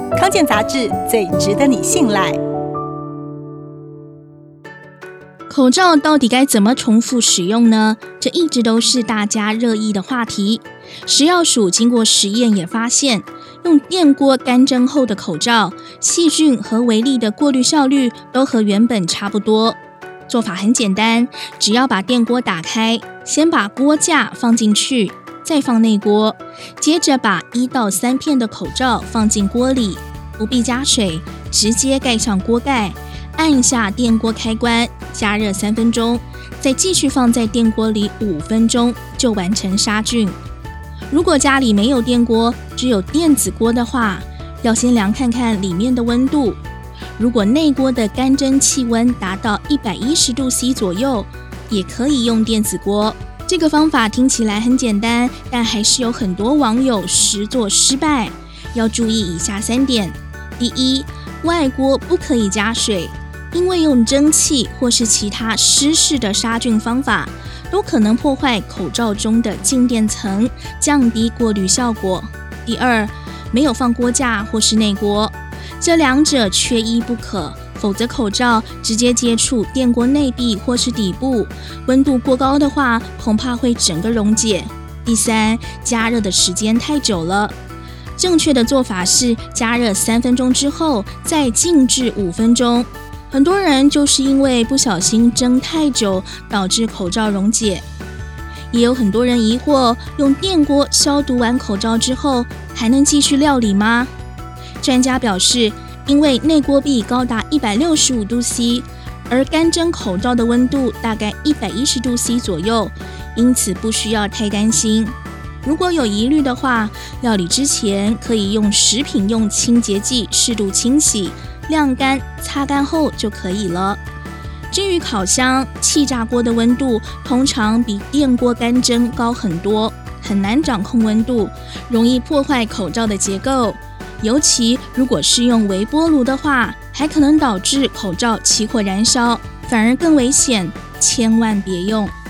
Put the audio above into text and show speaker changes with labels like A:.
A: 康健杂志最值得你信赖。
B: 口罩到底该怎么重复使用呢？这一直都是大家热议的话题。食药署经过实验也发现，用电锅干蒸后的口罩，细菌和微粒的过滤效率都和原本差不多。做法很简单，只要把电锅打开，先把锅架放进去，再放内锅，接着把1到3片的口罩放进锅里，不必加水，直接盖上锅盖，按下电锅开关，加热3分钟，再继续放在电锅里5分钟，就完成杀菌。如果家里没有电锅，只有电子锅的话，要先量看看里面的温度。如果内锅的干蒸气温达到110度 C 左右，也可以用电子锅。这个方法听起来很简单，但还是有很多网友实做失败。要注意以下3点。第一，外锅不可以加水，因为用蒸汽或是其他湿式的杀菌方法，都可能破坏口罩中的静电层，降低过滤效果。第二，没有放锅架或是内锅，这两者缺一不可，否则口罩直接接触电锅内壁或是底部，温度过高的话，恐怕会整个溶解。第三，加热的时间太久了。正确的做法是加热3分钟之后，再静置5分钟。很多人就是因为不小心蒸太久，导致口罩溶解。也有很多人疑惑，用电锅消毒完口罩之后，还能继续料理吗？专家表示，因为内锅壁高达165度 C， 而干蒸口罩的温度大概110度 C 左右，因此不需要太担心。如果有疑虑的话，料理之前可以用食品用清洁剂适度清洗，晾干、擦干后就可以了。至于烤箱、气炸锅的温度，通常比电锅干蒸高很多，很难掌控温度，容易破坏口罩的结构。尤其如果是用微波炉的话，还可能导致口罩起火燃烧，反而更危险，千万别用。